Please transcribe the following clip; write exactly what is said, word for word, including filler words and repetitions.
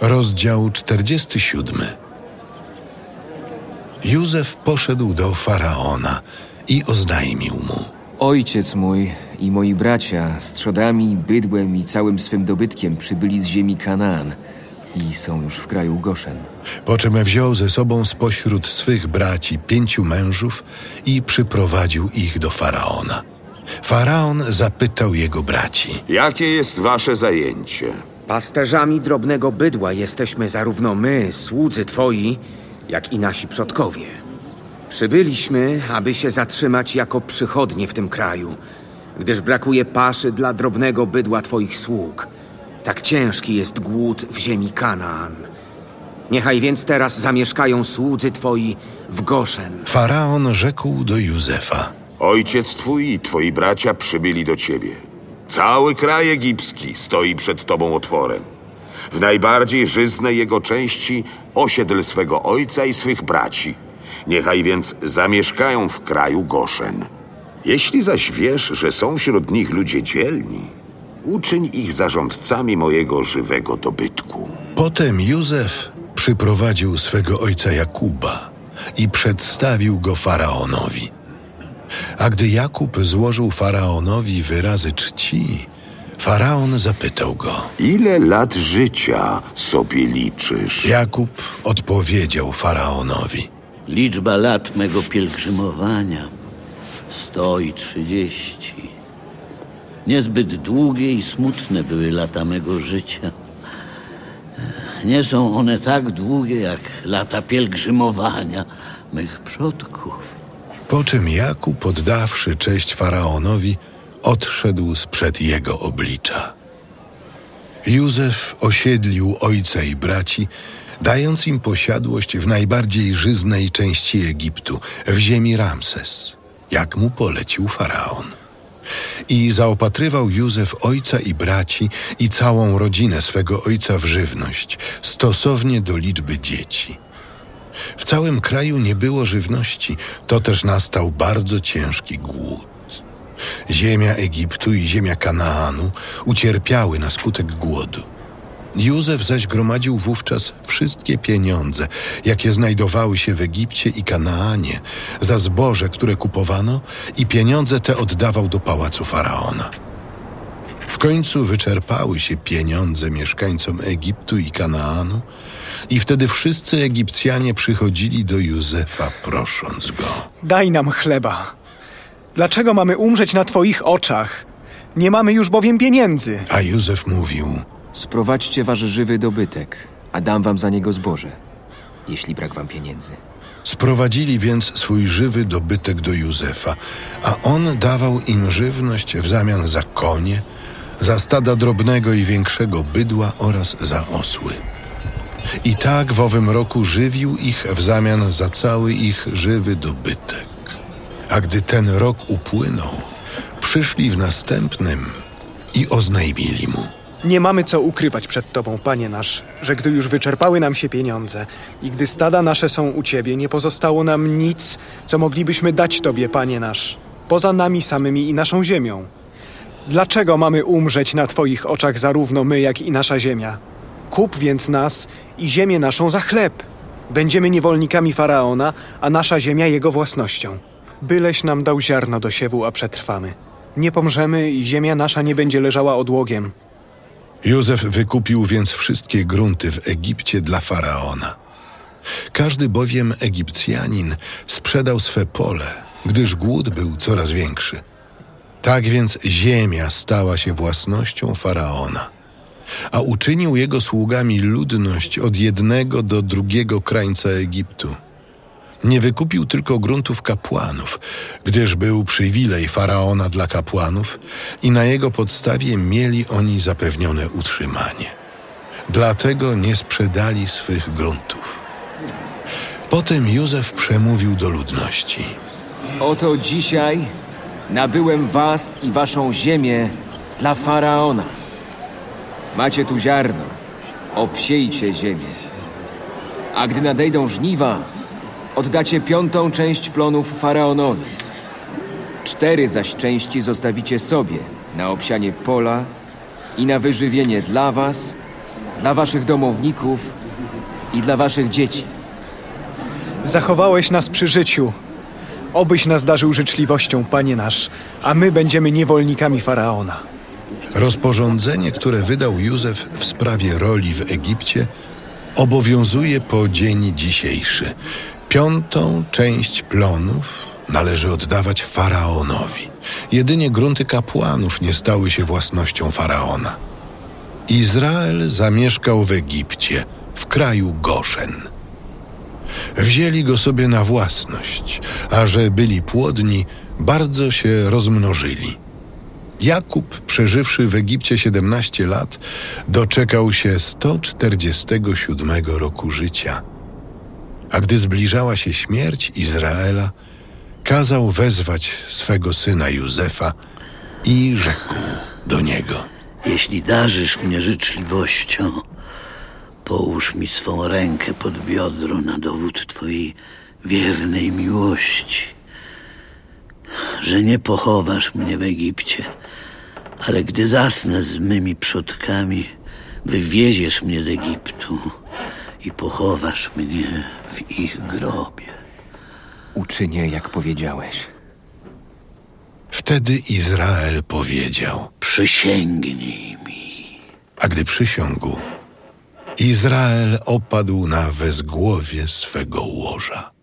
Rozdział czterdziesty siódmy. Józef poszedł do Faraona i oznajmił mu: Ojciec mój i moi bracia z trzodami, bydłem i całym swym dobytkiem przybyli z ziemi Kanaan i są już w kraju Goszen. Po czym wziął ze sobą spośród swych braci pięciu mężów i przyprowadził ich do Faraona. Faraon zapytał jego braci: Jakie jest wasze zajęcie? Pasterzami drobnego bydła jesteśmy zarówno my, słudzy twoi, jak i nasi przodkowie. Przybyliśmy, aby się zatrzymać jako przychodnie w tym kraju, gdyż brakuje paszy dla drobnego bydła twoich sług. Tak ciężki jest głód w ziemi Kanaan. Niechaj więc teraz zamieszkają słudzy twoi w Goszen. Faraon rzekł do Józefa: Ojciec twój i twoi bracia przybyli do ciebie. Cały kraj egipski stoi przed tobą otworem. W najbardziej żyznej jego części osiedl swego ojca i swych braci. Niechaj więc zamieszkają w kraju Goszen. Jeśli zaś wiesz, że są wśród nich ludzie dzielni, uczyń ich zarządcami mojego żywego dobytku. Potem Józef przyprowadził swego ojca Jakuba i przedstawił go Faraonowi. A gdy Jakub złożył Faraonowi wyrazy czci, Faraon zapytał go: Ile lat życia sobie liczysz? Jakub odpowiedział Faraonowi: Liczba lat mego pielgrzymowania sto i trzydzieści. Niezbyt długie i smutne były lata mego życia. Nie są one tak długie jak lata pielgrzymowania mych przodków. Po czym Jakub, oddawszy cześć Faraonowi, odszedł sprzed jego oblicza. Józef osiedlił ojca i braci, dając im posiadłość w najbardziej żyznej części Egiptu, w ziemi Ramses, jak mu polecił Faraon. I zaopatrywał Józef ojca i braci i całą rodzinę swego ojca w żywność, stosownie do liczby dzieci. W całym kraju nie było żywności, to też nastał bardzo ciężki głód. Ziemia Egiptu i ziemia Kanaanu ucierpiały na skutek głodu. Józef zaś gromadził wówczas wszystkie pieniądze, jakie znajdowały się w Egipcie i Kanaanie, za zboże, które kupowano, i pieniądze te oddawał do pałacu Faraona. W końcu wyczerpały się pieniądze mieszkańcom Egiptu i Kanaanu, i wtedy wszyscy Egipcjanie przychodzili do Józefa, prosząc go: Daj nam chleba. Dlaczego mamy umrzeć na twoich oczach? Nie mamy już bowiem pieniędzy. A Józef mówił: Sprowadźcie wasz żywy dobytek, a dam wam za niego zboże, jeśli brak wam pieniędzy. Sprowadzili więc swój żywy dobytek do Józefa, a on dawał im żywność w zamian za konie, za stada drobnego i większego bydła oraz za osły. I tak w owym roku żywił ich w zamian za cały ich żywy dobytek. A gdy ten rok upłynął, przyszli w następnym i oznajmili mu: Nie mamy co ukrywać przed tobą, panie nasz, że gdy już wyczerpały nam się pieniądze i gdy stada nasze są u ciebie, nie pozostało nam nic, co moglibyśmy dać tobie, panie nasz, poza nami samymi i naszą ziemią. Dlaczego mamy umrzeć na twoich oczach zarówno my, jak i nasza ziemia? Kup więc nas i ziemię naszą za chleb. Będziemy niewolnikami Faraona, a nasza ziemia jego własnością. Byleś nam dał ziarno do siewu, a przetrwamy. Nie pomrzemy i ziemia nasza nie będzie leżała odłogiem. Józef wykupił więc wszystkie grunty w Egipcie dla Faraona. Każdy bowiem Egipcjanin sprzedał swe pole, gdyż głód był coraz większy. Tak więc ziemia stała się własnością Faraona, a uczynił jego sługami ludność od jednego do drugiego krańca Egiptu. Nie wykupił tylko gruntów kapłanów, gdyż był przywilej Faraona dla kapłanów i na jego podstawie mieli oni zapewnione utrzymanie. Dlatego nie sprzedali swych gruntów. Potem Józef przemówił do ludności: Oto dzisiaj nabyłem was i waszą ziemię dla Faraona. Macie tu ziarno, obsiejcie ziemię. A gdy nadejdą żniwa, oddacie piątą część plonów Faraonowi. Cztery zaś części zostawicie sobie na obsianie pola i na wyżywienie dla was dla waszych domowników i dla waszych dzieci. Zachowałeś nas przy życiu. Obyś nas darzył życzliwością, Panie nasz, a my będziemy niewolnikami Faraona. Rozporządzenie, które wydał Józef w sprawie roli w Egipcie, obowiązuje po dzień dzisiejszy. Piątą część plonów należy oddawać Faraonowi. Jedynie grunty kapłanów nie stały się własnością Faraona. Izrael zamieszkał w Egipcie, w kraju Goszen. Wzięli go sobie na własność, a że byli płodni, bardzo się rozmnożyli. Jakub, przeżywszy w Egipcie siedemnaście lat, doczekał się sto czterdziestego siódmego roku życia. A gdy zbliżała się śmierć Izraela, kazał wezwać swego syna Józefa i rzekł do niego: Jeśli darzysz mnie życzliwością, połóż mi swą rękę pod biodro na dowód twojej wiernej miłości, że nie pochowasz mnie w Egipcie, ale gdy zasnę z mymi przodkami, wywieziesz mnie z Egiptu i pochowasz mnie w ich grobie. Uczynię, jak powiedziałeś. Wtedy Izrael powiedział: Przysięgnij mi. A gdy przysiągł, Izrael opadł na wezgłowie swego łoża.